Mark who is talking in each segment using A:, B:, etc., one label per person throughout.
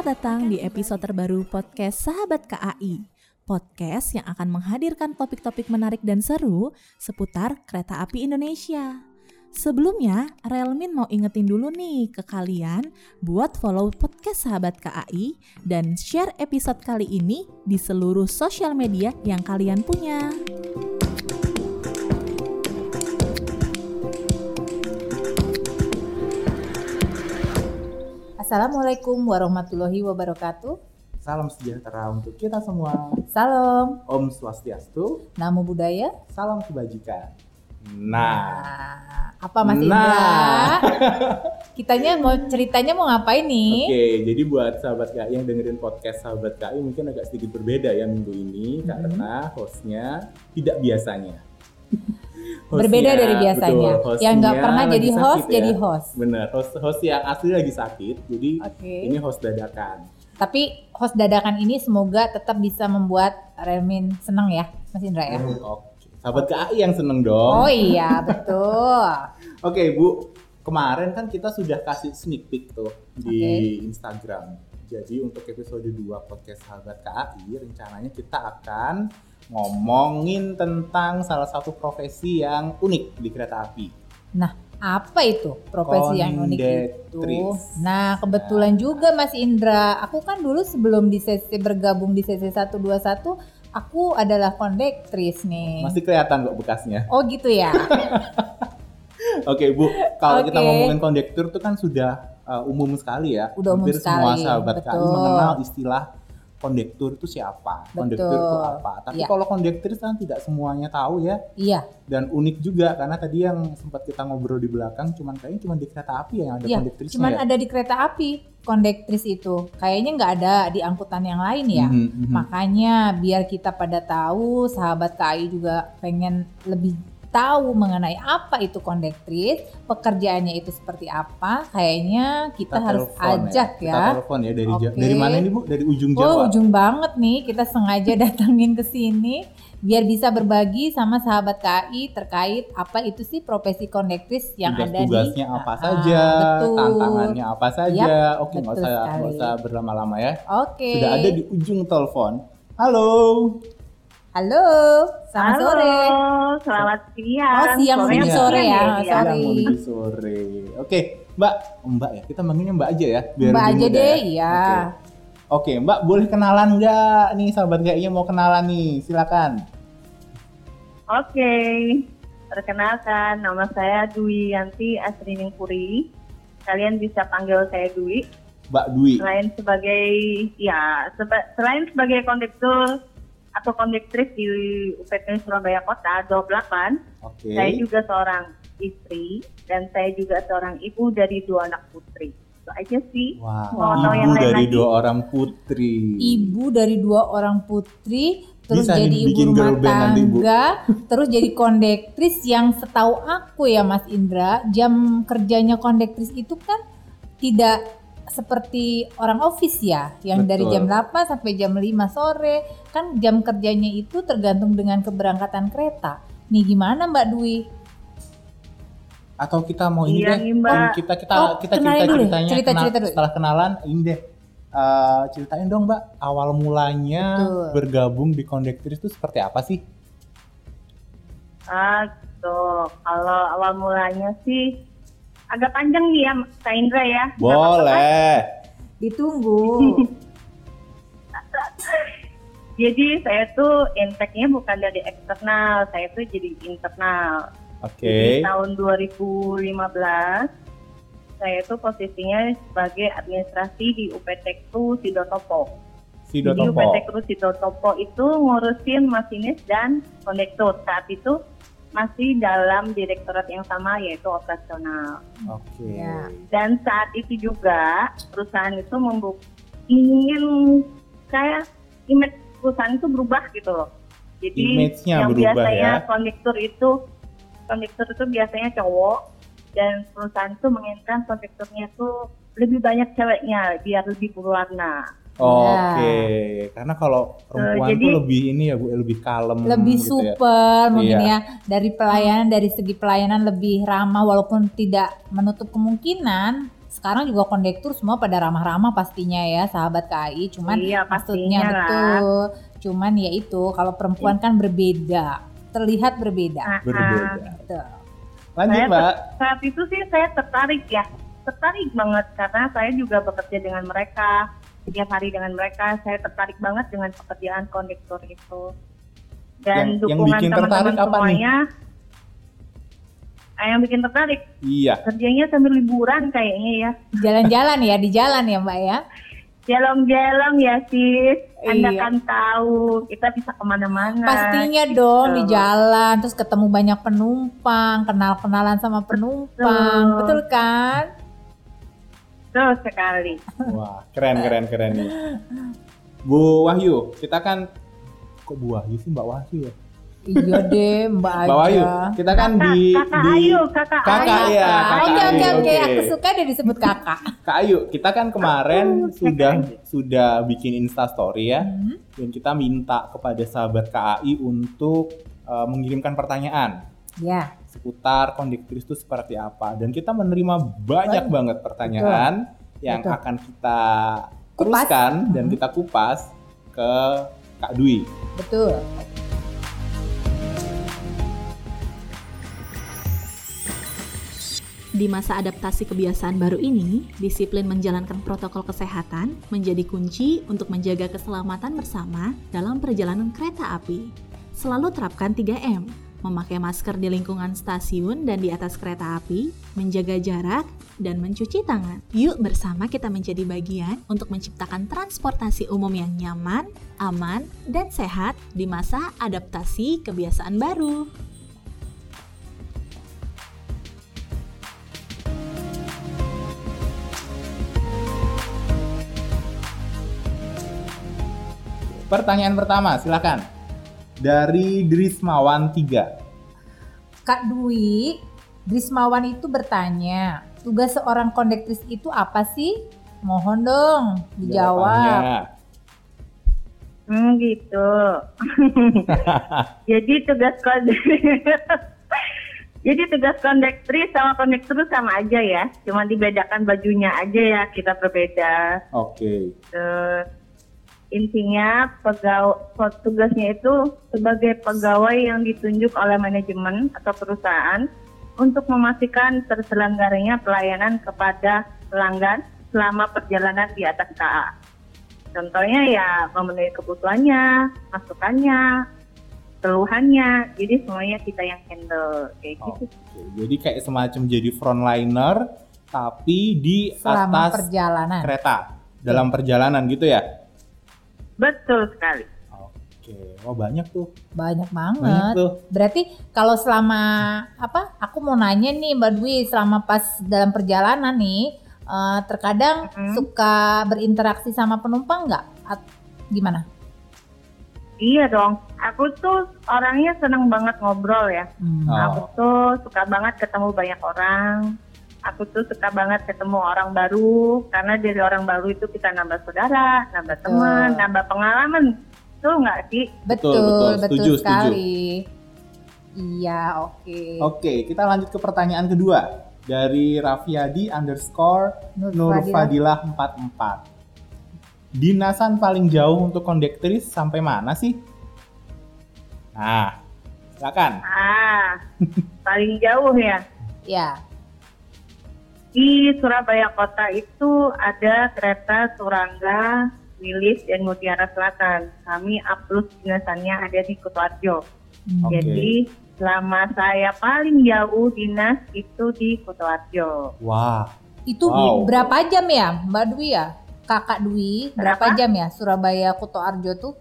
A: Selamat datang di episode terbaru podcast Sahabat KAI. Podcast yang akan menghadirkan topik-topik menarik dan seru seputar kereta api Indonesia. Sebelumnya, Relmin mau ingetin dulu nih ke kalian buat follow podcast Sahabat KAI dan share episode kali ini di seluruh sosial media yang kalian punya. Assalamualaikum warahmatullahi wabarakatuh.
B: Salam sejahtera untuk kita semua.
A: Salam.
B: Om Swastiastu.
A: Namo Buddhaya.
B: Salam kebajikan.
A: Apa Mas Indra? Kitanya ceritanya mau ngapain nih?
B: Oke, jadi buat sahabat KAI yang dengerin podcast sahabat KAI mungkin agak sedikit berbeda ya minggu ini karena hostnya tidak biasanya.
A: Berbeda dari biasanya.
B: Betul,
A: yang nggak pernah jadi host, jadi host.
B: Bener, host yang asli lagi sakit, jadi ini host dadakan.
A: Tapi host dadakan ini semoga tetap bisa membuat Relmin senang ya, Mas Indra ya.
B: Oke, sahabat KAI yang seneng dong.
A: Oh iya, betul.
B: Oke Bu, kemarin kan kita sudah kasih sneak peek tuh di Instagram. Jadi untuk episode 2 podcast sahabat KAI rencananya kita akan ngomongin tentang salah satu profesi yang unik di kereta api.
A: Nah, apa itu profesi yang unik itu? Nah, kebetulan juga Mas Indra, aku kan dulu sebelum bergabung di CC 121, aku adalah kondektris nih.
B: Masih kelihatan kok bekasnya.
A: Oh gitu ya.
B: Oke Bu, kalau kita ngomongin kondektur itu kan sudah umum sekali ya.
A: Udah
B: hampir
A: umum sekali.
B: Semua sahabat KAI mengenal istilah kondektur itu siapa, kondektur itu apa. Tapi kalau kondektris kan tidak semuanya tahu ya.
A: Iya.
B: Dan unik juga karena tadi yang sempat kita ngobrol di belakang kayaknya cuma di kereta api yang ada kondektrisnya.
A: Cuman ada di kereta api kondektris itu. Kayaknya nggak ada di angkutan yang lain ya. Makanya biar kita pada tahu, sahabat KAI juga pengen lebih tahu mengenai apa itu kondektris, pekerjaannya itu seperti apa, kayaknya kita harus ajak ya.
B: Kita telepon ya dari mana ini Bu? Dari ujung Jawa.
A: Oh, ujung banget nih, kita sengaja datangin ke sini biar bisa berbagi sama sahabat KAI terkait apa itu sih profesi kondektris yang ada di
B: tugasnya apa saja, tantangannya apa saja. Oke, nggak usah berlama-lama ya.
A: Oke.
B: Sudah ada di ujung telepon. Halo.
A: Halo, selamat sore.
C: Selamat siang.
A: Oh, siang menuju sore ya.
B: Siang menuju sore. Oke, Mbak ya. Kita manggilnya Mbak aja ya. Biar
A: Mbak aja deh, ya.
B: Oke, Mbak boleh kenalan nggak? Nih sahabat KAI mau kenalan nih, silakan.
C: Oke, perkenalkan nama saya Dwi Yanti Asriningpuri. Kalian bisa panggil saya Dwi.
B: Mbak Dwi.
C: Selain sebagai kondektur atau kondektris di UPT Surabaya Kota 28, saya juga seorang istri dan saya juga seorang ibu dari 2 anak putri. Itu aja sih.
B: Ibu dari 2 orang putri.
A: Ibu dari 2 orang putri, terus bisa jadi ibu rumah tangga, terus jadi kondektris yang setahu aku ya Mas Indra, jam kerjanya kondektris itu kan tidak seperti orang office ya, yang dari jam 8 sampai jam 5 sore, kan jam kerjanya itu tergantung dengan keberangkatan kereta. Nih gimana Mbak Dwi?
B: Atau kita mau ini deh, kita ceritanya dulu. Setelah kenalan, ini deh, ceritain dong Mbak, awal mulanya bergabung di kondektris itu seperti apa sih?
C: Kalau awal mulanya sih agak panjang nih ya Kak Indra ya.
B: Boleh.
A: Ditunggu.
C: Jadi saya tuh intake-nya bukan dari eksternal, saya tuh jadi internal. Jadi tahun 2015 saya tuh posisinya sebagai administrasi di UPT Kru Sidotopo. Jadi UPT Kru Sidotopo itu ngurusin masinis dan kondektur. Saat itu masih dalam direktorat yang sama yaitu operasional. Dan saat itu juga perusahaan itu ingin kayak image perusahaan itu berubah gitu loh. Jadi yang biasanya kondektur itu biasanya cowok dan perusahaan itu menginginkan kondekturnya itu lebih banyak ceweknya biar lebih berwarna.
B: Karena kalau perempuan tuh lebih ini ya Bu, lebih kalem,
A: lebih
B: gitu
A: super ya. Mungkin ya dari pelayanan, dari segi pelayanan lebih ramah walaupun tidak menutup kemungkinan sekarang juga kondektur semua pada ramah-ramah pastinya ya sahabat KAI, cuman maksudnya betul, cuman ya itu kalau perempuan kan berbeda, terlihat berbeda.
B: Betul. Lanjut Mbak.
C: Saat itu sih saya tertarik banget karena saya juga bekerja dengan mereka, setiap hari dengan mereka, saya tertarik banget dengan pekerjaan kondektur itu. Dan dukungan teman-teman semuanya. Yang bikin tertarik?
B: Iya.
C: Kerjanya sambil liburan kayaknya ya.
A: Jalan-jalan ya, di jalan ya Mbak ya?
C: Jalan-jalan ya sis. Anda kan tahu kita bisa kemana-mana.
A: Pastinya dong di jalan, terus ketemu banyak penumpang, kenal-kenalan sama penumpang, betul kan?
C: Betul sekali.
B: Wah, keren nih. Bu Wahyu, kita kan kok Bu Wahyu sih Mbak Wahyu ya?
A: Iya deh, Mbak aja.
B: Mbak Wahyu, kita kan
C: Kakak
B: ya.
A: Oke, aku suka deh disebut kakak.
B: Kak Ayu, kita kan kemarin sudah bikin Insta Story ya, dan kita minta kepada sahabat KAI untuk mengirimkan pertanyaan.
A: Ya.
B: Seputar kondektris itu seperti apa, dan kita menerima banyak banget pertanyaan yang akan kita teruskan dan kita kupas ke Kak Dwi.
A: Betul.
D: Di masa adaptasi kebiasaan baru ini, disiplin menjalankan protokol kesehatan menjadi kunci untuk menjaga keselamatan bersama dalam perjalanan kereta api. Selalu terapkan 3M, memakai masker di lingkungan stasiun dan di atas kereta api, menjaga jarak, dan mencuci tangan. Yuk bersama kita menjadi bagian untuk menciptakan transportasi umum yang nyaman, aman, dan sehat di masa adaptasi kebiasaan baru.
B: Pertanyaan pertama, silakan. Dari Drismawan 3.
A: Kak Dwi, Drismawan itu bertanya, tugas seorang kondektris itu apa sih? Mohon dong dijawab.
C: Gitu. Jadi tugas kondektris sama kondektur sama aja ya, cuma dibedakan bajunya aja ya, kita berbeda.
B: Oke.
C: Intinya tugasnya itu sebagai pegawai yang ditunjuk oleh manajemen atau perusahaan untuk memastikan terselenggaranya pelayanan kepada pelanggan selama perjalanan di atas KA. Contohnya ya memenuhi kebutuhannya, masukannya, keluhannya, jadi semuanya kita yang handle kayak gitu.
B: Jadi kayak semacam jadi frontliner tapi di
A: selama
B: atas
A: perjalanan
B: kereta, dalam perjalanan gitu ya?
C: Betul sekali.
B: Oke, wah banyak tuh.
A: Banyak banget. Berarti kalau selama aku mau nanya nih Mbak Dwi, selama pas dalam perjalanan nih, terkadang suka berinteraksi sama penumpang nggak? Gimana?
C: Iya dong, aku tuh orangnya seneng banget ngobrol ya. Aku tuh suka banget ketemu banyak orang. Aku tuh suka banget ketemu orang baru, karena dari orang baru itu kita nambah saudara, nambah teman, nambah pengalaman. Tuh nggak sih?
A: Betul sekali. Iya, oke.
B: Oke, kita lanjut ke pertanyaan kedua. Dari Rafiadi_Nurfadilah 44. Dinasan paling jauh untuk kondektris sampai mana sih? Nah, silakan.
C: Paling jauh ya?
A: Ya.
C: Di Surabaya Kota itu ada kereta Turangga, Wilis, dan Mutiara Selatan. Kami A+ dinasannya ada di Kutoarjo. Jadi selama saya paling jauh dinas itu di Kutoarjo.
B: Wah.
A: Itu berapa jam ya Mbak Dwi ya? Kakak Dwi, berapa jam ya Surabaya Kutoarjo tuh?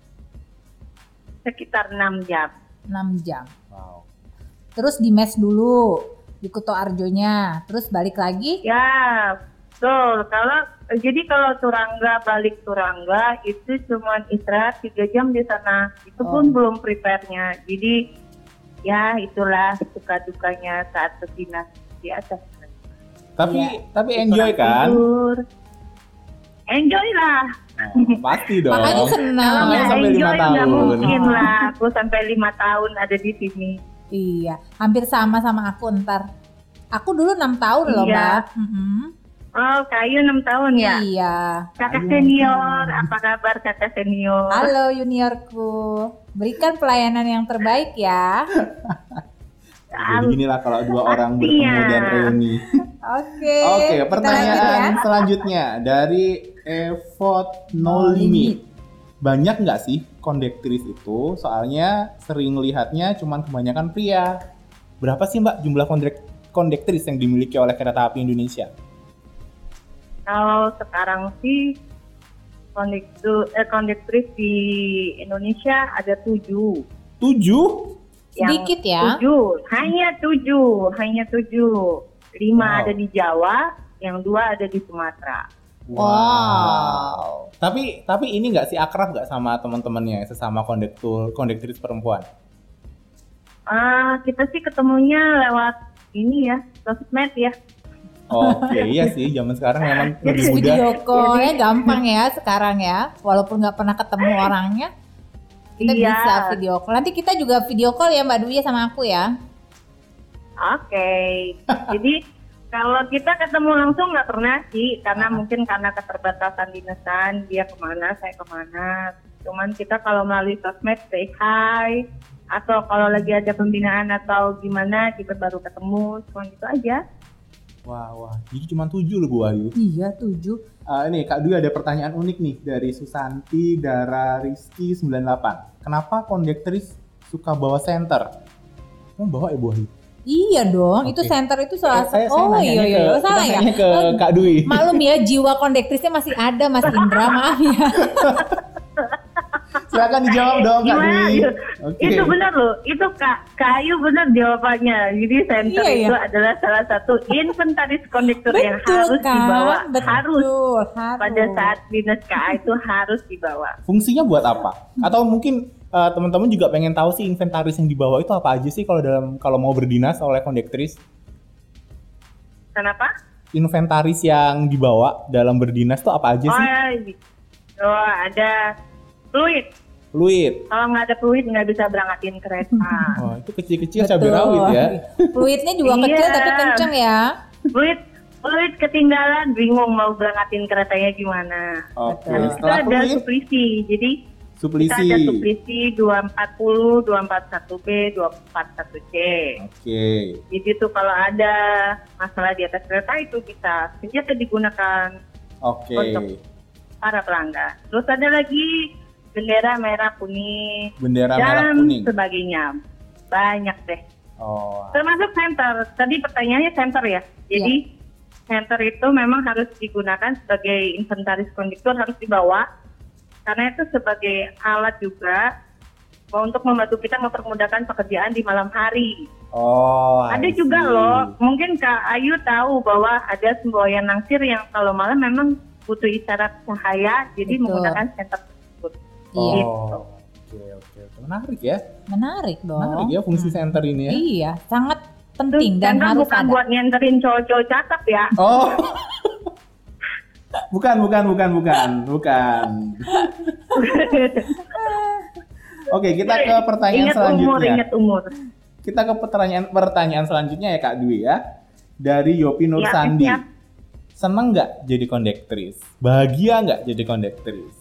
C: Sekitar 6 jam.
A: 6 jam.
B: Wow.
A: Terus di mes dulu di Kutoarjonya, terus balik lagi?
C: Ya, betul. Kalau Turangga balik Turangga itu cuma istirahat 3 jam di sana. Itu pun belum prepare-nya. Jadi ya itulah suka dukanya saat berdinas di atas.
B: Tapi enjoy kan?
C: Enjoy lah.
B: Pasti dong.
A: Makanya senang.
C: Kalau sampai 5 tahun. Nggak mungkin lah. Aku sampai 5 tahun ada di sini.
A: Iya, hampir sama aku ntar. Aku dulu 6 tahun loh Mbak.
C: Oh, Kak Ayu 6 tahun ya?
A: Iya.
C: Kakak senior, apa kabar kakak senior?
A: Halo juniorku, berikan pelayanan yang terbaik ya.
B: Jadi ginilah kalau dua orang bertemu dan reuni. Oke, pertanyaan selanjutnya dari Evot No Limit. Banyak nggak sih kondektris itu? Soalnya sering lihatnya cuman kebanyakan pria. Berapa sih Mbak jumlah kondektris yang dimiliki oleh Kereta Api Indonesia?
C: Kalau sekarang sih kondektris di Indonesia ada 7.
B: 7?
A: Sedikit ya?
C: 7, hanya 7. 5 ada di Jawa, yang 2 ada di Sumatera.
A: Wow.
B: Tapi ini nggak sih akrab nggak sama teman-temannya sesama kondektris perempuan?
C: Kita sih ketemunya lewat ini ya, sosmed ya.
B: Oke, iya sih, zaman sekarang memang lebih mudah.
A: Video call-nya gampang ya sekarang ya, walaupun nggak pernah ketemu orangnya, kita bisa video call. Nanti kita juga video call ya Mbak Dwi sama aku ya.
C: Oke. Jadi kalau kita ketemu langsung nggak pernah sih, karena mungkin karena keterbatasan dinasan, dia kemana, saya kemana. Cuman kita kalau melalui sosmed say hi, atau kalau lagi ada pembinaan atau gimana kita baru ketemu, cuma gitu aja.
B: Wah, jadi cuma 7 loh Bu Ayu.
A: Iya 7.
B: Ini Kak Dwi ada pertanyaan unik nih dari Susanti Dara Rizky 98. Kenapa kondektris suka bawa senter? Kamu bawa ya Bu Ayu?
A: Iya dong, itu center itu salah satu.
B: Iya,
A: salah ya.
B: Ke Kak Dwi.
A: Maklum ya, jiwa kondektrisnya masih ada Mas Indra, maaf ya.
B: Silakan dijawab dong Kak Dwi.
C: Okay. Itu benar loh, itu Kak Ayu benar jawabannya. Jadi center itu adalah salah satu inventaris kondektur yang harus dibawa. Harus. Pada saat dinas KA itu harus dibawa.
B: Fungsinya buat apa? Atau mungkin teman-teman juga pengen tahu sih inventaris yang dibawa itu apa aja sih kalau mau berdinas oleh kondektris?
C: Kenapa?
B: Inventaris yang dibawa dalam berdinas itu apa aja sih?
C: Ada fluid. Kalau nggak ada fluid nggak bisa berangkatin kereta.
B: Oh, itu kecil-kecil cabai rawit ya.
A: Fluidnya juga kecil tapi kenceng ya.
C: Fluid ketinggalan, bingung mau berangkatin keretanya gimana.
B: Oke.
C: Itu ada suplisi. Jadi kita ada suplisi 240, 241B, 241C.
B: Oke.
C: Jadi tuh kalau ada masalah di atas kereta itu bisa digunakan untuk para pelanggan. Terus ada lagi bendera merah kuning dan sebagainya. Banyak deh. Termasuk center. Tadi pertanyaannya center ya. Jadi center itu memang harus digunakan sebagai inventaris kondektur, harus dibawa. Karena itu sebagai alat juga untuk membantu kita mempermudahkan pekerjaan di malam hari. Ada juga loh, mungkin Kak Ayu tahu bahwa ada semboyan nangsir yang kalau malam memang butuh isyarat cahaya, jadi menggunakan center tersebut.
B: Oke. Menarik ya?
A: Menarik dong.
B: Menarik ya fungsi center ini ya?
A: Iya, sangat penting dan harus
C: bukan ada. Buat nyenterin cowok-cowok cakep ya.
B: Bukan. Oke, kita ke pertanyaan selanjutnya.
C: Ingat umur.
B: Kita ke pertanyaan selanjutnya ya Kak Dwi ya. Dari Yopi Nur Sandi. Seneng nggak jadi kondektris? Bahagia nggak jadi kondektris?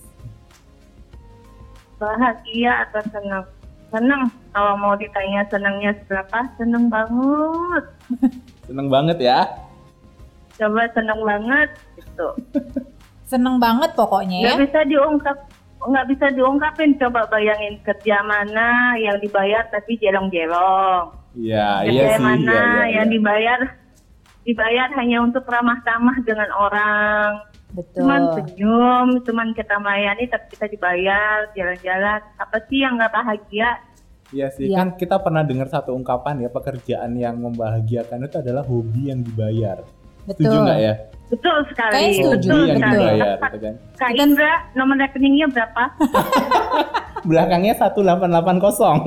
C: Bahagia atau senang? Senang. Kalau mau ditanya senangnya seberapa? Senang banget.
B: Senang banget ya?
C: Coba senang banget gitu.
A: Senang banget pokoknya ya.
C: Nggak bisa diungkapin. Coba bayangin kerja mana yang dibayar tapi jelong-jelong.
B: Iya
C: sih.
B: Mana
C: yang dibayar hanya untuk ramah-tamah dengan orang.
A: Betul.
C: Cuman senyum, cuman kita melayani tapi kita dibayar, jalan-jalan. Apa sih yang nggak bahagia?
B: Iya sih, kan kita pernah dengar satu ungkapan ya, pekerjaan yang membahagiakan itu adalah hobi yang dibayar.
A: Betul.
B: Setuju nggak ya?
C: Betul sekali.
A: Kayak setuju.
B: Hobi yang dibayar, gitu kan?
C: Kak Indra, nomor rekeningnya berapa?
B: Belakangnya 1880.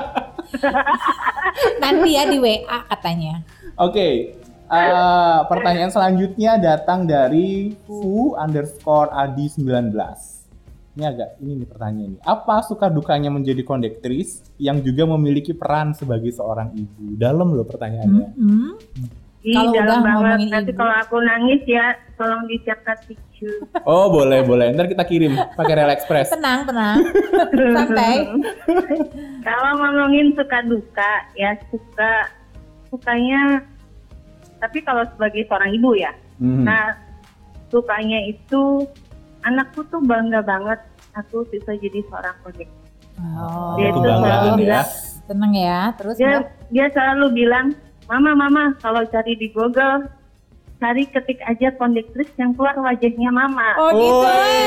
A: Nanti ya di WA katanya.
B: Oke. Pertanyaan selanjutnya datang dari Fu_Adi19. Ini nih pertanyaannya. Apa suka dukanya menjadi kondektris yang juga memiliki peran sebagai seorang ibu? Dalam loh pertanyaannya.
A: Kalau udah ngomongin
C: nanti
A: ibu.
C: kalau aku nangis ya tolong disiapkan tisu.
B: Oh boleh. Ntar kita kirim pakai Rel Express.
A: Tenang, santai.
C: Kalau ngomongin suka duka ya sukanya, tapi kalau sebagai seorang ibu ya, nah sukanya itu anakku tuh bangga banget aku bisa jadi seorang kondektur.
A: Oh,
C: Dia itu
B: kebanggaan
C: selalu
B: ya.
C: bilang,
A: seneng ya. Terus
C: dia selalu bilang, Mama, kalau cari di Google, cari ketik aja kondektris yang keluar wajahnya Mama.
A: Oh gitu.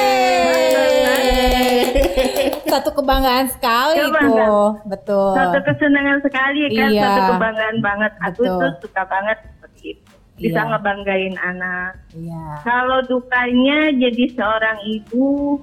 C: Hey.
A: Satu kebanggaan sekali
C: Kebanggaan.
A: itu. Betul.
C: Satu kesenangan sekali kan,
A: Iya.
C: satu kebanggaan banget. Aku
A: Betul.
C: tuh suka banget seperti itu. Bisa
A: Iya.
C: ngebanggain anak.
A: Iya.
C: Kalau dukanya jadi seorang ibu,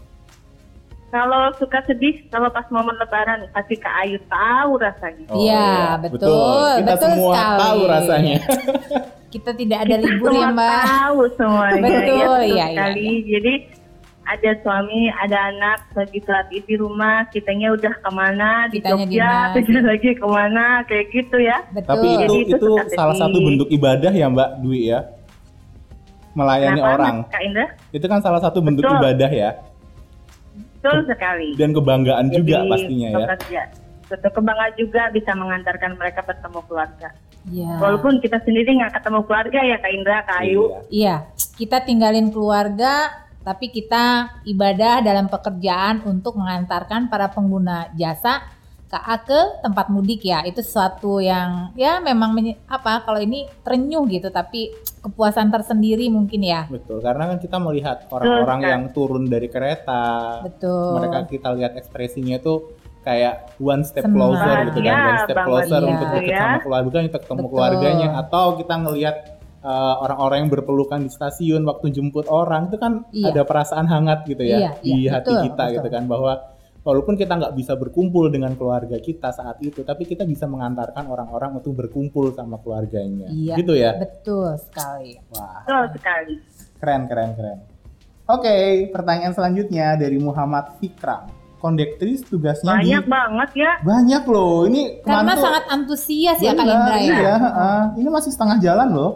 C: kalau suka sedih, kalau pas momen lebaran pasti Kak Ayu tahu rasanya.
B: Oh,
A: Iya, betul.
B: Kita
A: Betul
B: semua
A: sekali.
B: tahu rasanya.
A: Kita tidak ada
C: Kita
A: libur ya
C: semua
A: Mbak.
C: tahu semuanya.
A: Betul,
C: ya, betul
A: iya,
C: sekali.
A: iya.
C: Jadi ada suami, ada anak lagi sholat Id di rumah, kitanya udah kemana di
A: Kitanya
C: Jogja,
A: dinas.
C: kita lagi kemana, kayak gitu ya.
A: Betul.
B: Tapi
C: Jadi itu
B: itu
C: suka
B: salah
C: sedih.
B: satu bentuk ibadah ya Mbak Dwi ya. Melayani
C: Kenapa,
B: orang.
C: Kak Indra?
B: Itu kan salah satu bentuk
C: Betul.
B: ibadah ya.
C: Betul sekali.
B: Dan kebanggaan juga pastinya ya.
C: Bekerja. Betul, kebanggaan juga bisa mengantarkan mereka bertemu keluarga.
A: Iya.
C: Walaupun kita sendiri nggak ketemu keluarga ya Kak Indra, Kak Ayu.
B: Iya.
A: Iya, kita tinggalin keluarga, tapi kita ibadah dalam pekerjaan untuk mengantarkan para pengguna jasa KA ke tempat mudik ya. Itu sesuatu yang ya memang kalau ini terenyuh gitu, tapi kepuasan tersendiri mungkin ya.
B: Betul, karena kan kita melihat orang-orang
C: Betul,
B: yang turun dari kereta.
A: Betul.
B: Mereka kita lihat ekspresinya tuh kayak one step
A: Senang.
B: closer gitu kan,
C: Iya,
B: one step
C: banget.
B: closer
A: Iya.
B: untuk dekat sama keluarga, untuk ketemu
A: Betul.
B: keluarganya, atau kita ngelihat orang-orang yang berpelukan di stasiun waktu jemput orang itu kan
A: Iya.
B: ada perasaan hangat gitu ya
A: Iya,
B: di
A: iya,
B: hati
A: betul,
B: kita
A: betul.
B: gitu kan, bahwa walaupun kita nggak bisa berkumpul dengan keluarga kita saat itu, tapi kita bisa mengantarkan orang-orang untuk berkumpul sama keluarganya.
A: Iya.
B: Gitu ya.
A: Betul sekali.
B: Wah,
C: Betul sekali.
B: keren. Oke, pertanyaan selanjutnya dari Muhammad Fikram. Kondektris tugasnya
C: Banyak banget ya.
B: banyak loh. Ini
A: Karena
B: kemarin tuh-
A: sangat antusias ya Kak
B: Benar,
A: Indra ya.
B: Iya, ini masih setengah jalan loh.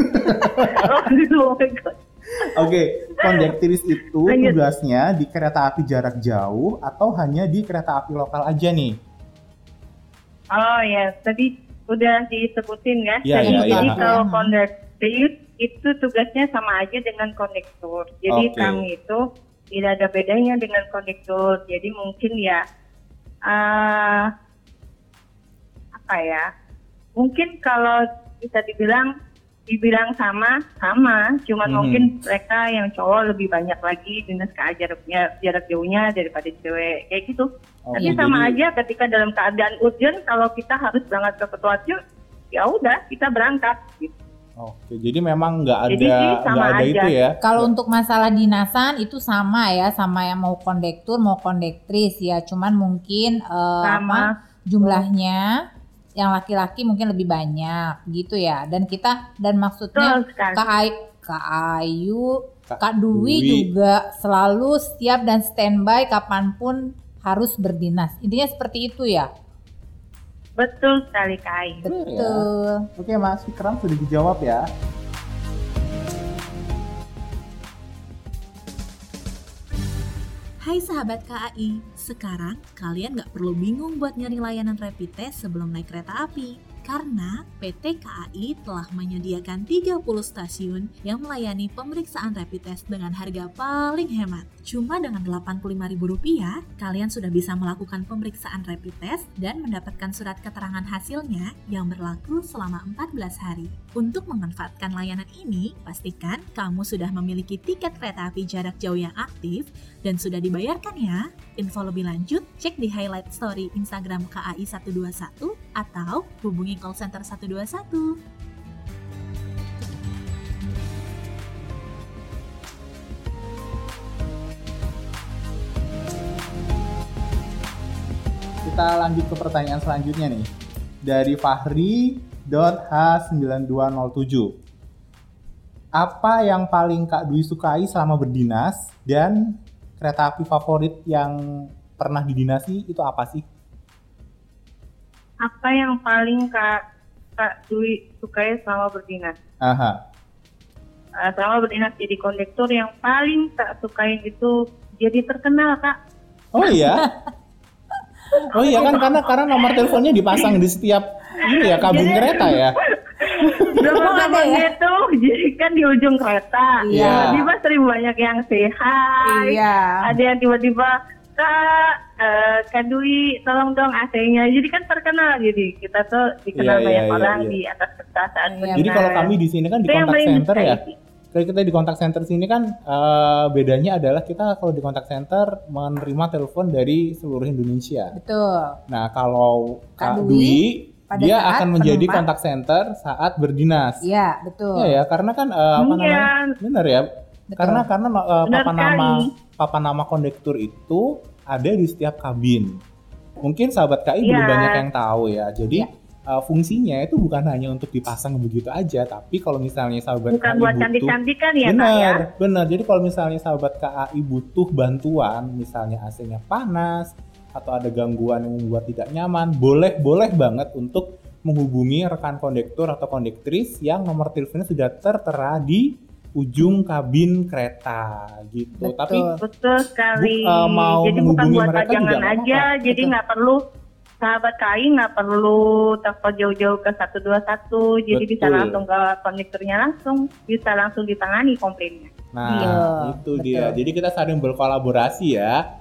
C: Oh my God.
B: Oke, kondektris itu
C: Lanjut.
B: tugasnya di kereta api jarak jauh atau hanya di kereta api lokal aja nih?
C: Oh ya, tadi udah disebutin ya.
B: Iya,
C: Jadi
B: iya.
C: kalau kondektur itu tugasnya sama aja dengan kondektur. Jadi
B: Oke.
C: kami itu tidak ada bedanya dengan kondektur. Jadi mungkin ya apa ya? Mungkin kalau bisa dibilang sama, cuman mungkin mereka yang cowok lebih banyak lagi dinas KA jarak jauhnya daripada cewek kayak gitu.
B: Oke,
C: Tapi sama
B: jadi-
C: aja ketika dalam keadaan urgent kalau kita harus berangkat ke Ketuacu, ya udah kita berangkat gitu.
B: Oke, jadi memang nggak
C: Jadi sih
B: ada
C: sama
B: nggak ada
C: aja.
B: itu ya?
A: Kalau untuk masalah dinasan itu sama ya, sama yang mau kondektur mau kondektris ya. Cuman mungkin
C: Sama.
A: jumlahnya yang laki-laki mungkin lebih banyak gitu ya. Dan maksudnya
C: Betul sekali.
A: Kak Ayu,
B: Kak
A: Kak Dwi
B: Dwi.
A: juga selalu siap dan standby kapanpun harus berdinas. Intinya seperti itu ya.
C: Betul sekali Kai.
A: Betul.
B: Oke, Mas Fikram sudah dijawab ya.
D: Hai sahabat KAI, sekarang kalian nggak perlu bingung buat nyari layanan rapid test sebelum naik kereta api. Karena PT KAI telah menyediakan 30 stasiun yang melayani pemeriksaan rapid test dengan harga paling hemat. Cuma dengan Rp85.000, kalian sudah bisa melakukan pemeriksaan rapid test dan mendapatkan surat keterangan hasilnya yang berlaku selama 14 hari. Untuk memanfaatkan layanan ini, pastikan kamu sudah memiliki tiket kereta api jarak jauh yang aktif dan sudah dibayarkan ya. Info lebih lanjut, cek di highlight story Instagram KAI 121 atau hubungi call center 121.
B: Kita lanjut ke pertanyaan selanjutnya nih. Dari Fahri.H9207. Apa yang paling Kak Dwi sukai selama berdinas, dan kereta api favorit yang pernah didinasi itu apa sih?
C: Apa yang paling Kak Kak Dwi Sukaya selama berdinas.
B: Aha.
C: Selama berdinas jadi kondektur, yang paling tak sukain itu jadi terkenal, Kak.
B: Oh iya? Oh iya kan, karena nomor teleponnya dipasang di setiap ini ya, kabin kereta ya.
C: Nomor-nomornya tuh jadi kan di ujung kereta.
B: Iya.
C: Tiba-tiba sering banyak yang say hi.
A: Iya.
C: Ada yang tiba-tiba, Kak Dwi tolong dong AC-nya. Jadi kan terkenal, jadi kita tuh dikenal banyak orang di atas kereta saat berdinas.
B: Jadi kalau kami di sini kan di kontak center ya. Kalau kita di kontak center sini kan bedanya adalah kita kalau di kontak center menerima telepon dari seluruh Indonesia.
A: Betul.
B: Nah kalau Kak Dwi dia akan menjadi kontak center saat berdinas.
A: Iya, betul.
B: Iya ya, karena kan namanya? Benar ya.
A: Betul.
B: Karena papan nama kondektur itu ada di setiap kabin. Mungkin sahabat KI belum banyak yang tahu ya. Jadi fungsinya itu bukan hanya untuk dipasang begitu aja, tapi kalau misalnya sahabat
C: bukan
B: KI
C: buat cantik-cantikan ya, Kak ya.
B: Benar. Jadi kalau misalnya sahabat KI butuh bantuan, misalnya AC-nya panas atau ada gangguan yang membuat tidak nyaman, boleh banget untuk menghubungi rekan kondektur atau kondektris yang nomor teleponnya sudah tertera di ujung kabin kereta gitu.
A: Betul.
B: Tapi
C: betul sekali.
B: Mau
C: jadi bukan
B: menghubungi
C: buat
B: mereka
C: pajangan
B: juga
C: aja, jadi nggak perlu sahabat KI nggak perlu telepon jauh-jauh ke 121, jadi bisa langsung ke kondekturnya, bisa langsung ditangani komplainnya.
B: Nah, itu dia. Jadi kita saling berkolaborasi ya.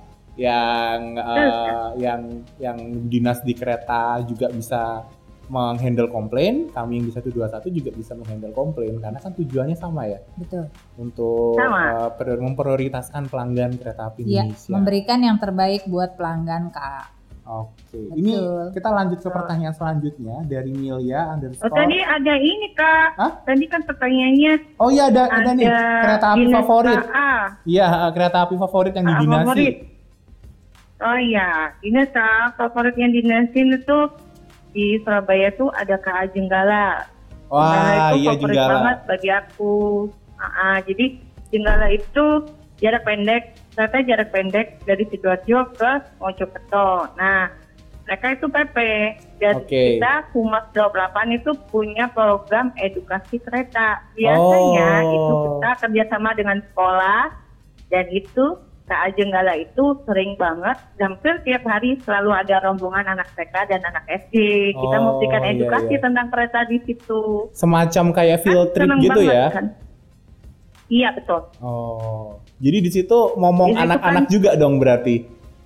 B: Yang dinas di kereta juga bisa menghandle komplain, kami yang di 121 juga bisa menghandle komplain, karena kan tujuannya sama ya.
A: Betul.
B: Untuk memprioritaskan pelanggan kereta api Indonesia.
A: Memberikan yang terbaik buat pelanggan, Kak.
B: Oke. Ini kita lanjut ke pertanyaan selanjutnya dari Milya _
C: tadi ada ini, Kak. Hah? Tadi kan pertanyaannya.
B: Oh iya, ada nih kereta api favorit. Iya, kereta api favorit yang didinasi. Favorit.
C: Oh iya, ini favorit yang didinasin itu di Surabaya tuh ada KA Jenggala.
B: Wah,
C: itu
B: iya
C: favorit
B: Jenggala
C: banget bagi aku. Jadi Jenggala itu jarak pendek dari Sidoarjo ke Mojokerto. Nah, mereka itu PP. Dan kita Humas 28 itu punya program edukasi kereta. Biasanya itu kita kerjasama dengan sekolah, dan itu KA Jenggala itu sering banget, hampir tiap hari selalu ada rombongan anak TK dan anak SD. Kita memberikan edukasi tentang kereta di situ.
B: Semacam kayak field trip gitu ya?
C: Kan? Iya, betul.
B: Jadi di situ ngomong anak-anak kan, juga dong berarti?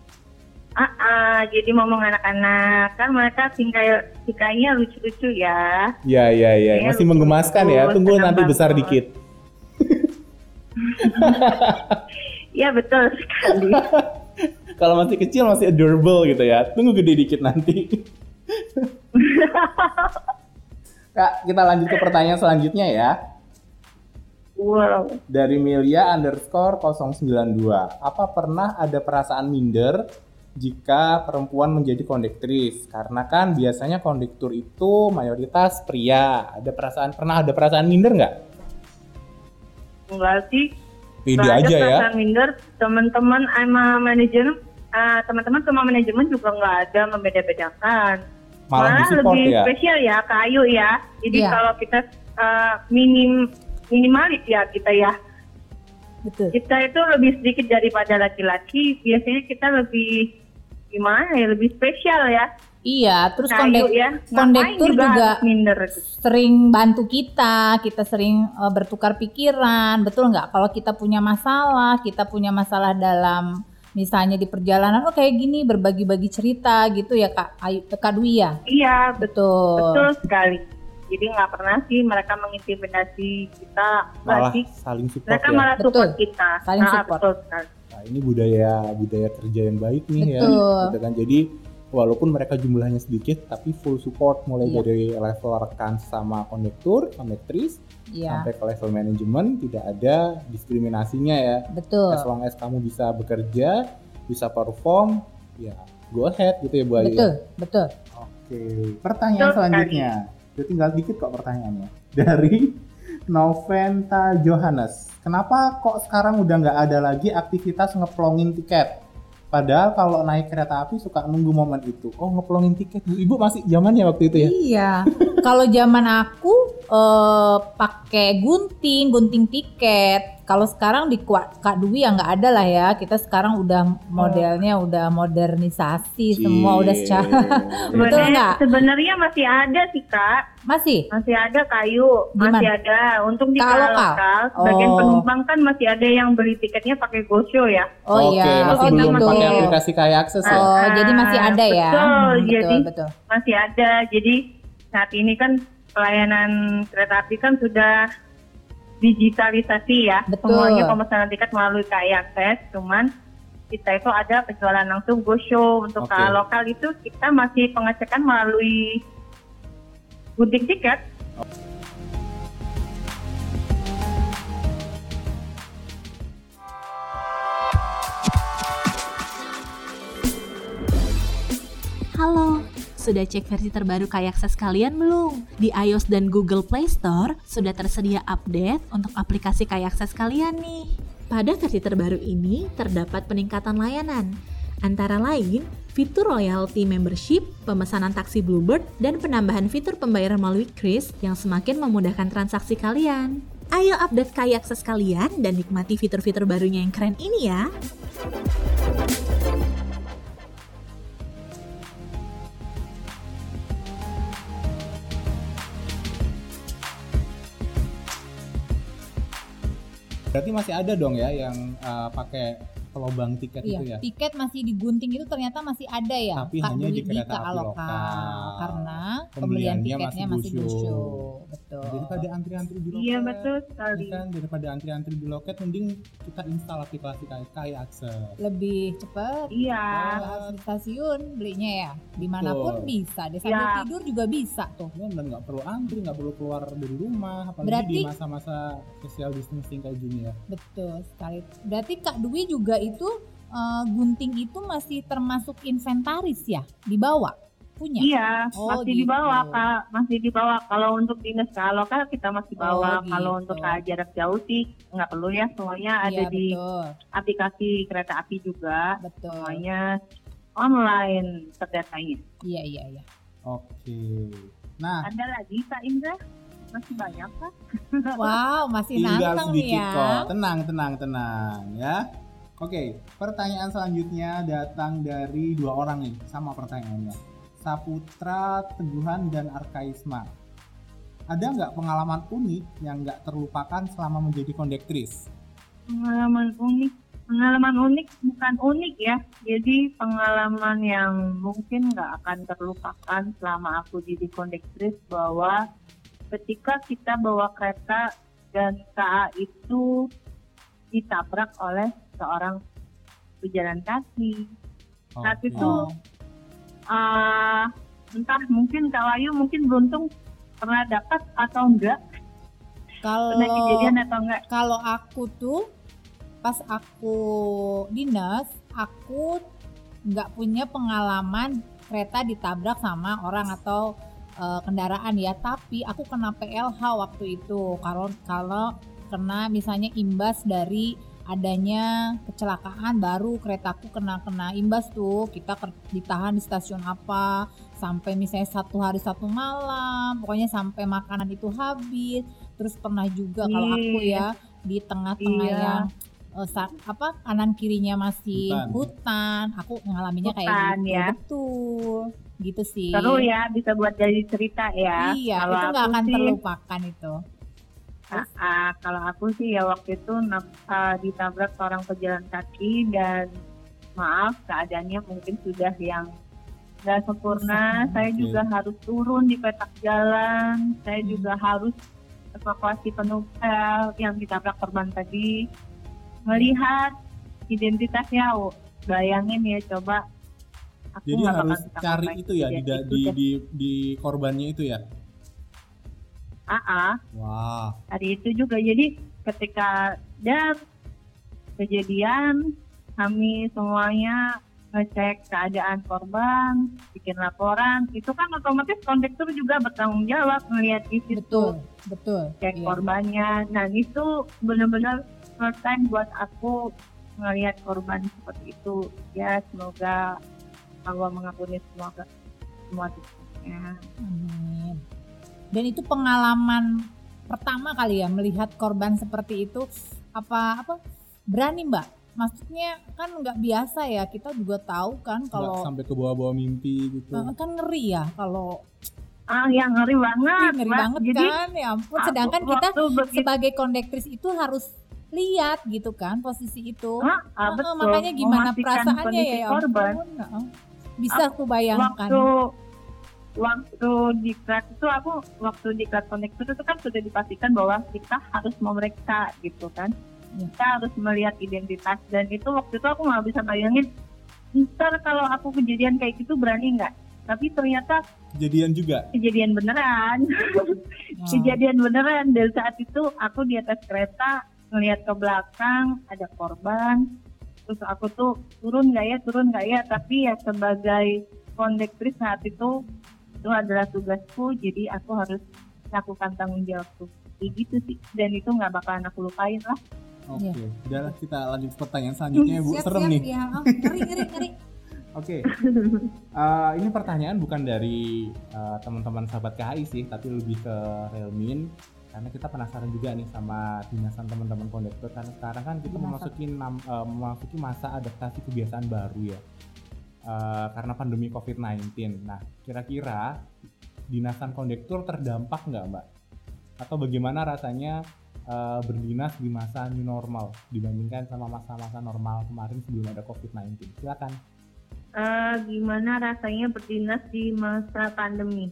C: Jadi ngomong anak-anak, kan mereka tingkahnya lucu-lucu ya.
B: Iya. Masih menggemaskan ya, tunggu nanti besar dikit.
C: Iya, betul sekali.
B: Kalau masih kecil masih adorable gitu ya, tunggu gede dikit nanti. Kak, kita lanjut ke pertanyaan selanjutnya ya.
C: Wow.
B: Dari Milya _092. Apa pernah ada perasaan minder jika perempuan menjadi kondektris? Karena kan biasanya kondektur itu mayoritas pria. Pernah ada perasaan minder nggak?
C: Enggak sih.
B: Pede aja ya.
C: Perasaan minder, teman-teman sama manajemen juga nggak ada membeda-bedakan. Malah lebih spesial ya, kayu ya. Jadi kalau kita minimalis ya kita ya.
A: Betul.
C: Kita itu lebih sedikit daripada laki-laki. Biasanya kita lebih lebih spesial ya.
A: Iya, terus kondektur juga sering bantu kita sering bertukar pikiran, betul nggak? Kalau kita punya masalah dalam misalnya di perjalanan, kayak gini, berbagi-bagi cerita gitu ya Kak Dwi ya?
C: Iya, betul sekali. Jadi nggak pernah sih mereka mengintimidasi kita,
B: malah saling support.
C: Mereka malah support kita.
A: Saling support.
C: Betul sekali.
B: Nah, ini budaya kerja yang baik nih.
A: Betul.
B: Ya. Gitu kan. Jadi walaupun mereka jumlahnya sedikit, tapi full support mulai dari level rekan sama kondektris sampai ke level manajemen, tidak ada diskriminasinya ya.
A: Betul.
B: As long as kamu bisa bekerja, bisa perform, ya go ahead gitu ya Bu Ayu.
A: Betul.
B: Oke, pertanyaan selanjutnya. Udah tinggal dikit kok pertanyaannya. Dari Noventa Johannes. Kenapa kok sekarang udah nggak ada lagi aktivitas ngeplongin tiket? Padahal kalau naik kereta api suka nunggu momen itu. Oh, ngeplongin tiket. Ibu masih zamannya waktu itu ya?
A: Iya. Kalau zaman aku pakai gunting tiket. Kalau sekarang di Kak Dwi ya nggak ada lah ya. Kita sekarang udah modelnya udah modernisasi semua udah secara. Betul nggak?
C: Sebenarnya masih ada sih Kak.
A: Masih
C: ada kayu.
A: Dimana?
C: Masih ada. Untuk di lokal, sebagian penumpang kan masih ada yang beli tiketnya pakai GoShow ya.
A: Oh iya.
B: Masih belum pakai aplikasi kayak Akses ya.
A: Oh, jadi masih ada ya.
C: Betul. Masih ada. Jadi saat ini kan pelayanan kereta api kan sudah digitalisasi ya.
A: Betul.
C: Semuanya pemesanan tiket melalui KAI Akses, cuman kita itu ada penjualan langsung GoShow. Untuk KA lokal itu kita masih pengecekan melalui gunting tiket.
D: Halo, sudah cek versi terbaru KAI Akses kalian belum? Di iOS dan Google Play Store sudah tersedia update untuk aplikasi KAI Akses kalian nih. Pada versi terbaru ini terdapat peningkatan layanan, antara lain fitur loyalty membership, pemesanan taksi Bluebird, dan penambahan fitur pembayaran melalui Kris yang semakin memudahkan transaksi kalian. Ayo update KAI Akses kalian dan nikmati fitur-fitur barunya yang keren ini ya.
B: Berarti masih ada dong ya yang pakai pelobang tiket itu ya?
A: Tiket masih digunting itu ternyata masih ada ya.
B: Tapi hanya di kereta api lokal.
A: Karena pembelian tiketnya masih GoShow. Betul.
B: Daripada antri-antri di loket.
C: Iya betul sekali.
B: Kan daripada antri-antri di loket, mending kita install aplikasi KAI Akses.
A: Lebih cepat.
C: Iya.
A: Di stasiun belinya ya. Dimanapun bisa. Di sambil tidur juga bisa tuh.
B: Dan nggak perlu antri, nggak perlu keluar dari rumah. Apalagi di masa-masa social distancing kayak gini ya.
A: Betul sekali. Berarti Kak Dwi juga itu gunting itu masih termasuk inventaris ya? Dibawa? Punya?
C: Iya, masih gitu. Dibawa Kak, masih dibawa. Kalau untuk dinas KA lokal kita masih bawa. Kalau untuk KA jarak jauh sih nggak perlu ya, semuanya ada di aplikasi kereta api juga. Betul. Semuanya online terdaftarnya.
A: Iya.
B: Oke. Nah,
C: ada lagi Kak Indra? Masih banyak Kak?
A: Wow, masih nantang nih ya.
B: Kok. Tenang ya. Oke, pertanyaan selanjutnya datang dari 2 orang nih, sama pertanyaannya. Saputra, Teguhan, dan Arkaisma. Ada nggak pengalaman unik yang nggak terlupakan selama menjadi kondektris?
C: Pengalaman unik bukan unik ya. Jadi pengalaman yang mungkin nggak akan terlupakan selama aku jadi kondektris, bahwa ketika kita bawa kereta dan KA itu ditabrak oleh seorang pejalan kaki. Saat itu entah mungkin Kak Wayu mungkin beruntung pernah dapat atau enggak. Pernah kejadian atau enggak?
A: Kalau aku tuh pas aku dinas, aku nggak punya pengalaman kereta ditabrak sama orang atau kendaraan ya, tapi aku kena PLH waktu itu kalau kena misalnya imbas dari adanya kecelakaan, baru keretaku kena imbas tuh. Kita ditahan di stasiun apa sampai misalnya 1 hari 1 malam, pokoknya sampai makanan itu habis. Terus pernah juga kalau aku ya di tengah-tengah yang kanan kirinya masih hutan, aku ngalaminnya kayak gitu ya. Betul gitu sih.
C: Seru ya, bisa buat jadi cerita ya.
A: Iya, kalau itu nggak akan terlupakan itu.
C: Kalau aku sih ya waktu itu ditabrak seorang pejalan kaki, dan maaf keadaannya mungkin sudah yang nggak sempurna. Saya juga harus turun di petak jalan. Saya juga harus evakuasi penumpang yang ditabrak korban tadi, melihat identitasnya. Bayangin ya, coba.
B: Jadi harus cari itu ya di korbannya itu ya.
C: Wah. Hari itu juga, jadi ketika ada kejadian, kami semuanya ngecek keadaan korban, bikin laporan. Itu kan otomatis kondektur juga bertanggung jawab melihat di situ.
A: Betul.
C: Cek korbannya. Nah itu benar-benar first time buat aku ngelihat korban seperti itu. Ya semoga Allah mengampuni semua dosanya.
A: Amin. Dan itu pengalaman pertama kali ya melihat korban seperti itu, apa berani Mbak? Maksudnya kan nggak biasa ya, kita juga tahu kan kalau
B: sampai ke bawah-bawah mimpi gitu.
A: Kan ngeri ya kalau
C: yang ngeri banget.
A: Ngeri banget kan, ya ampun. Sedangkan kita sebagai kondektris itu harus lihat gitu kan posisi itu.
C: Betul.
A: Makanya gimana perasaannya ya ampun. Bisa aku bayangkan.
C: Waktu di kelas itu waktu di kelas kondektur itu kan sudah dipastikan bahwa kita harus memeriksa gitu kan. Kita harus melihat identitas, dan itu waktu itu aku nggak bisa bayangin ntar kalau aku kejadian kayak gitu berani nggak, tapi ternyata kejadian beneran. Kejadian beneran. Dan saat itu aku di atas kereta ngelihat ke belakang ada korban, terus aku tuh turun nggak ya, tapi ya sebagai kondektris saat itu adalah tugasku, jadi aku harus lakukan tanggung jawabku gitu sih, dan itu nggak bakalan aku lupain lah.
B: Oke, udahlah kita lanjut pertanyaan selanjutnya Bu. Serem nih.
A: Ya. Ngeri. Oke.
B: Ini pertanyaan bukan dari teman-teman sahabat KHI sih, tapi lebih ke Relmin, karena kita penasaran juga nih sama dinasan teman-teman kondektur, karena sekarang kan kita memasuki masa adaptasi kebiasaan baru ya, karena pandemi COVID-19. Nah, kira-kira dinasan kondektur terdampak nggak Mbak? Atau bagaimana rasanya berdinas di masa new normal dibandingkan sama masa-masa normal kemarin sebelum ada COVID-19? Silakan.
C: Gimana rasanya berdinas di masa pandemi?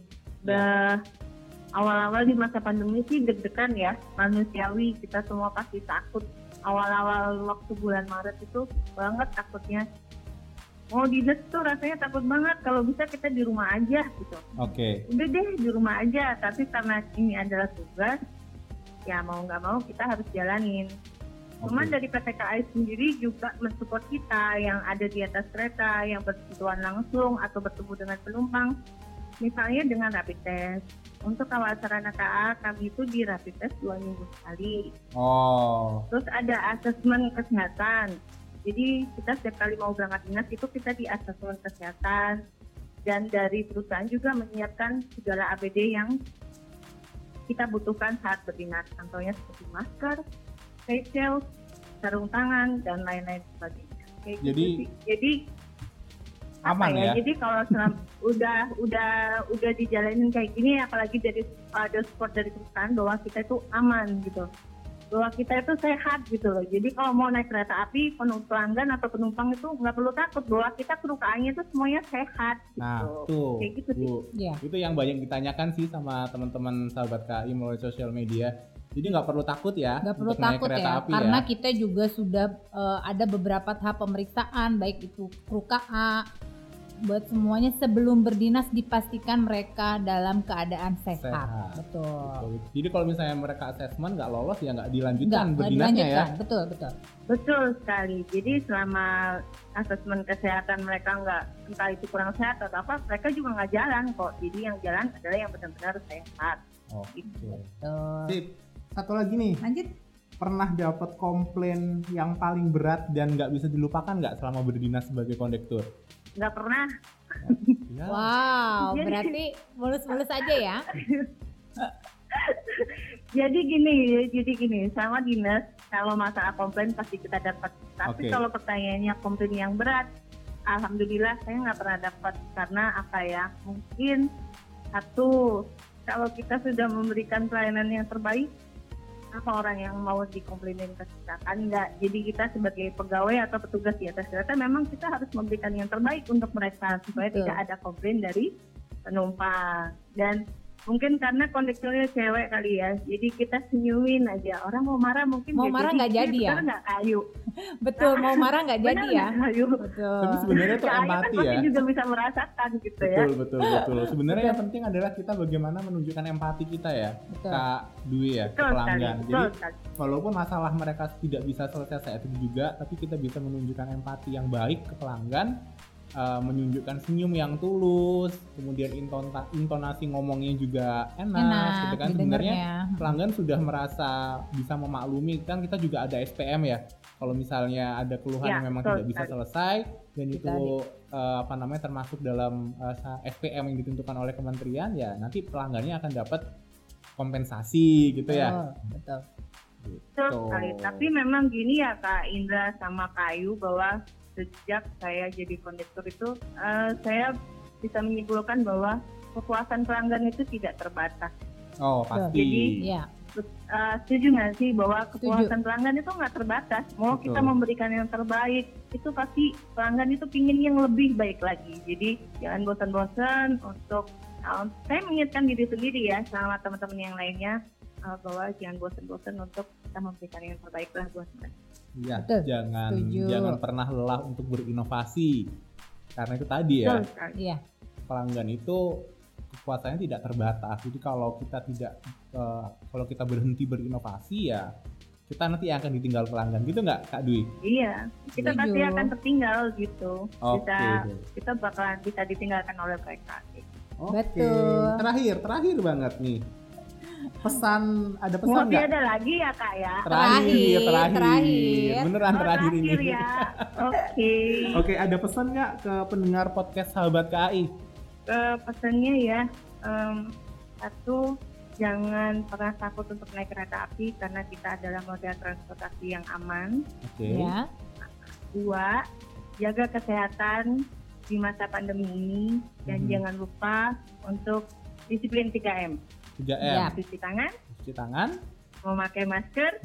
C: Awal-awal di masa pandemi sih deg-degan ya, manusiawi, kita semua pasti takut. Awal-awal waktu bulan Maret itu banget takutnya. Mau dinas tuh rasanya takut banget, kalau bisa kita di rumah aja gitu. Udah deh di rumah aja, tapi karena ini adalah tugas, ya mau nggak mau kita harus jalanin. Cuman dari PT KAI sendiri juga mensupport kita yang ada di atas kereta, yang bersentuhan langsung atau bertemu dengan penumpang, misalnya dengan rapid test. Untuk kawal sarana KA kami itu di rapid test 2 minggu sekali. Terus ada asesmen kesehatan. Jadi kita setiap kali mau berangkat dinas itu kita di asesmen kesehatan, dan dari perusahaan juga menyiapkan segala APD yang kita butuhkan saat berdinas, contohnya seperti masker, face shield, sarung tangan, dan lain-lain sebagainya. Jadi
B: aman ya.
C: Jadi kalau udah dijalanin kayak gini, apalagi dari ada support dari perusahaan bahwa kita itu aman gitu, bahwa kita itu sehat gitu loh. Jadi kalau mau naik kereta api, pelanggan atau penumpang itu nggak perlu takut bahwa kita kru KAI-nya itu semuanya sehat gitu.
B: Nah tuh
C: kayak gitu
B: Bu, itu yang banyak ditanyakan sih sama teman-teman sahabat KAI melalui sosial media. Jadi nggak perlu takut ya,
A: nggak perlu takut ya, karena kita juga sudah ada beberapa tahap pemeriksaan, baik itu kru KA, buat semuanya sebelum berdinas dipastikan mereka dalam keadaan sehat. Betul.
B: Jadi kalau misalnya mereka asesmen nggak lolos ya nggak dilanjutkan berdinasnya ya.
C: Betul sekali. Jadi selama asesmen kesehatan mereka entah itu kurang sehat atau apa, mereka juga nggak jalan kok. Jadi yang jalan adalah yang benar-benar sehat.
B: Gitu. Sip. Satu lagi nih. Lanjut. Pernah dapat komplain yang paling berat dan nggak bisa dilupakan nggak selama berdinas sebagai kondektur?
C: Nggak pernah.
A: Wow, berarti mulus-mulus aja ya.
C: Jadi gini, sama dinas kalau masalah komplain pasti kita dapat. Tapi kalau pertanyaannya komplain yang berat, alhamdulillah saya nggak pernah dapat. Karena apa ya? Mungkin kalau kita sudah memberikan pelayanan yang terbaik, apa orang yang mau dikomplainin ke kita? Kan enggak. Jadi kita sebagai pegawai atau petugas di atas kereta memang kita harus memberikan yang terbaik untuk mereka supaya tidak ada komplain dari penumpang. Dan mungkin karena kondekturnya cewek kali ya, jadi kita senyumin aja. Orang mau marah mungkin
A: mau marah nggak jadi ya.
C: Nggak kayu.
A: Betul, mau marah nggak jadi ya.
B: Betul. Tapi sebenarnya itu empati
C: kan
B: ya.
C: juga bisa merasakan gitu ya.
B: Betul. Sebenarnya yang penting adalah kita bagaimana menunjukkan empati kita ya, Kak Dwi ya, ke pelanggan. Jadi walaupun masalah mereka tidak bisa selesai saat itu juga, tapi kita bisa menunjukkan empati yang baik ke pelanggan menunjukkan senyum yang tulus, kemudian intonasi ngomongnya juga enak gitu kan. Sebenarnya pelanggan sudah merasa bisa memaklumi kan, kita juga ada SPM ya. Kalau misalnya ada keluhan yang memang tidak bisa selesai dan itu termasuk dalam SPM yang ditentukan oleh kementerian, ya nanti pelanggannya akan dapat kompensasi gitu ya.
A: Betul.
C: Sekali. Tapi memang gini ya Kak Indra sama Kak Ayu, bahwa sejak saya jadi kondektur itu saya bisa menyimpulkan bahwa kepuasan pelanggan itu tidak terbatas.
B: Oh pasti.
C: Jadi setuju nggak sih bahwa kepuasan pelanggan itu nggak terbatas. Mau kita memberikan yang terbaik, itu pasti pelanggan itu pingin yang lebih baik lagi. Jadi jangan bosan-bosan untuk saya mengingatkan diri sendiri ya sama teman-teman yang lainnya, bahwa jangan bosan-bosan untuk kita memberikan yang terbaik lah buat mereka.
B: Iya, jangan pernah lelah untuk berinovasi. Karena itu tadi ya.
A: Iya.
B: Pelanggan itu kepuasannya tidak terbatas. Jadi kalau kita berhenti berinovasi, ya kita nanti akan ditinggal pelanggan gitu nggak Kak Dwi?
C: Iya, kita pasti akan tertinggal gitu. Kita bakalan bisa ditinggalkan oleh mereka.
A: Betul.
B: Terakhir banget nih. Ada pesan nggak?
C: Ada lagi ya Kak ya?
B: Terakhir. Beneran terakhir ini.
C: Ya.
B: Oke, ada pesan nggak ke pendengar podcast Sahabat KAI?
C: Pesannya ya, satu, jangan pernah takut untuk naik kereta api karena kita adalah moda transportasi yang aman.
A: Ya.
C: 2, jaga kesehatan di masa pandemi ini dan jangan lupa untuk disiplin 3M.
B: 3M.
C: Cuci tangan, memakai masker,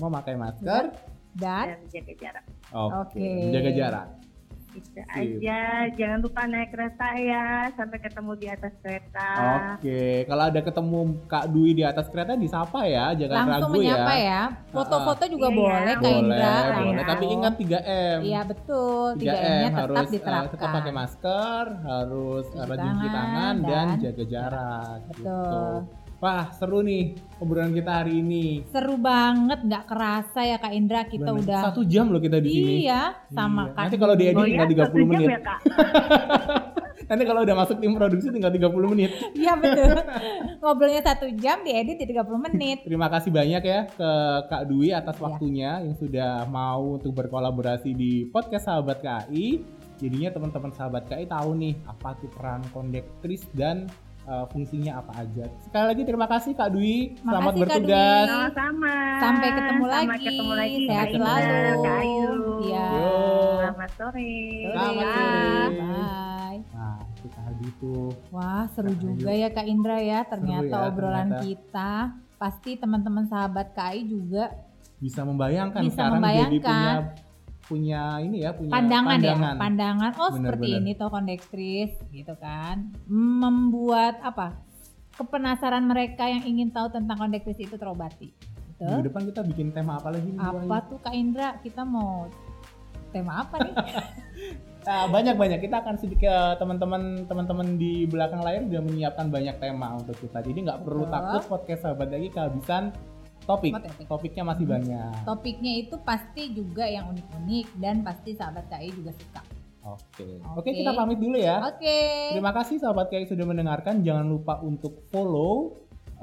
A: dan
C: menjaga jarak.
B: Oke. Menjaga jarak.
C: Itu aja, jangan lupa naik kereta ya, sampai ketemu di atas kereta.
B: Oke, kalau ada ketemu Kak Dwi di atas kereta disapa ya, jangan
A: langsung
B: ragu
A: menyapa ya. Foto-foto juga boleh Kak Indra.
B: Boleh, tapi ingat 3M.
A: Iya betul, 3M-nya tetap diterapkan.
B: Tetap pakai masker, harus rajin cuci tangan dan jaga jarak.
A: Betul.
B: Gitu. Wah, seru nih obrolan kita hari ini.
A: Seru banget, nggak kerasa ya Kak Indra, kita udah
B: 1 jam loh kita di sini.
A: Iya, sama Kak.
B: Nanti kalau diedit tinggal 30 menit.
C: Ya, Kak?
B: Nanti kalau udah masuk tim produksi tinggal 30 menit.
A: Iya betul. Ngobrolnya 1 jam, diedit di 30 menit.
B: Terima kasih banyak ya ke Kak Dwi atas waktunya yang sudah mau untuk berkolaborasi di podcast Sahabat KAI. Jadinya teman-teman Sahabat KAI tahu nih apa tuh peran kondektris dan fungsinya apa aja. Sekali lagi terima kasih Kak Dwi. Selamat bertugas.
C: Sama-sama.
A: Sampai ketemu lagi. Sehat selalu.
C: Kak Ayu.
A: Iya.
C: Selamat sore.
B: Selamat sore.
A: Bye.
B: Nah, itu tadi tuh.
A: Wah, seru juga ya Kak Indra ya. Ternyata obrolan kita. Pasti teman-teman Sahabat KAI juga
B: bisa membayangkan sekarang jadi punya pandangan. Oh, seperti ini toh kondektris gitu kan. Membuat kepenasaran mereka yang ingin tahu tentang kondektris itu terobati. Gitu. Minggu depan kita bikin tema apa lagi?
A: Tuh Kak Indra? Kita mau tema apa nih?
B: Banyak. Kita akan sedikit teman-teman di belakang layar sudah menyiapkan banyak tema untuk kita. Jadi nggak perlu takut podcast Sahabat lagi kehabisan topiknya masih banyak. Topiknya
A: itu pasti juga yang unik-unik dan pasti Sahabat KAI juga suka.
B: Oke, kita pamit dulu ya. Terima kasih Sahabat KAI sudah mendengarkan. Jangan lupa untuk follow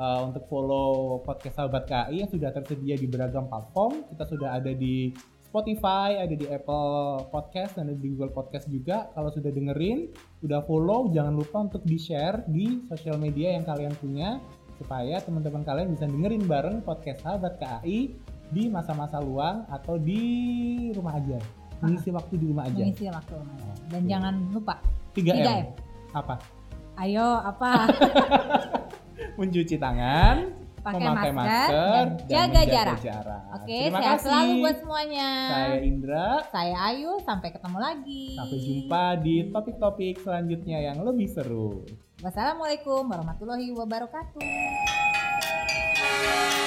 B: podcast Sahabat KAI yang sudah tersedia di beragam platform. Kita sudah ada di Spotify, ada di Apple Podcast, dan ada di Google Podcast juga. Kalau sudah dengerin, udah follow, jangan lupa untuk di-share di sosial media yang kalian punya, supaya teman-teman kalian bisa dengerin bareng podcast Sahabat KAI di masa-masa luang atau di rumah aja. Mengisi waktu di rumah aja. Dan jangan lupa 3M. Apa? Ayo, apa? Mencuci tangan, memakai masker dan jaga jarak. Terima kasih. Selalu buat semuanya. Saya Indra. Saya Ayu. Sampai ketemu lagi. Sampai jumpa di topik-topik selanjutnya yang lebih seru. Wassalamualaikum warahmatullahi wabarakatuh.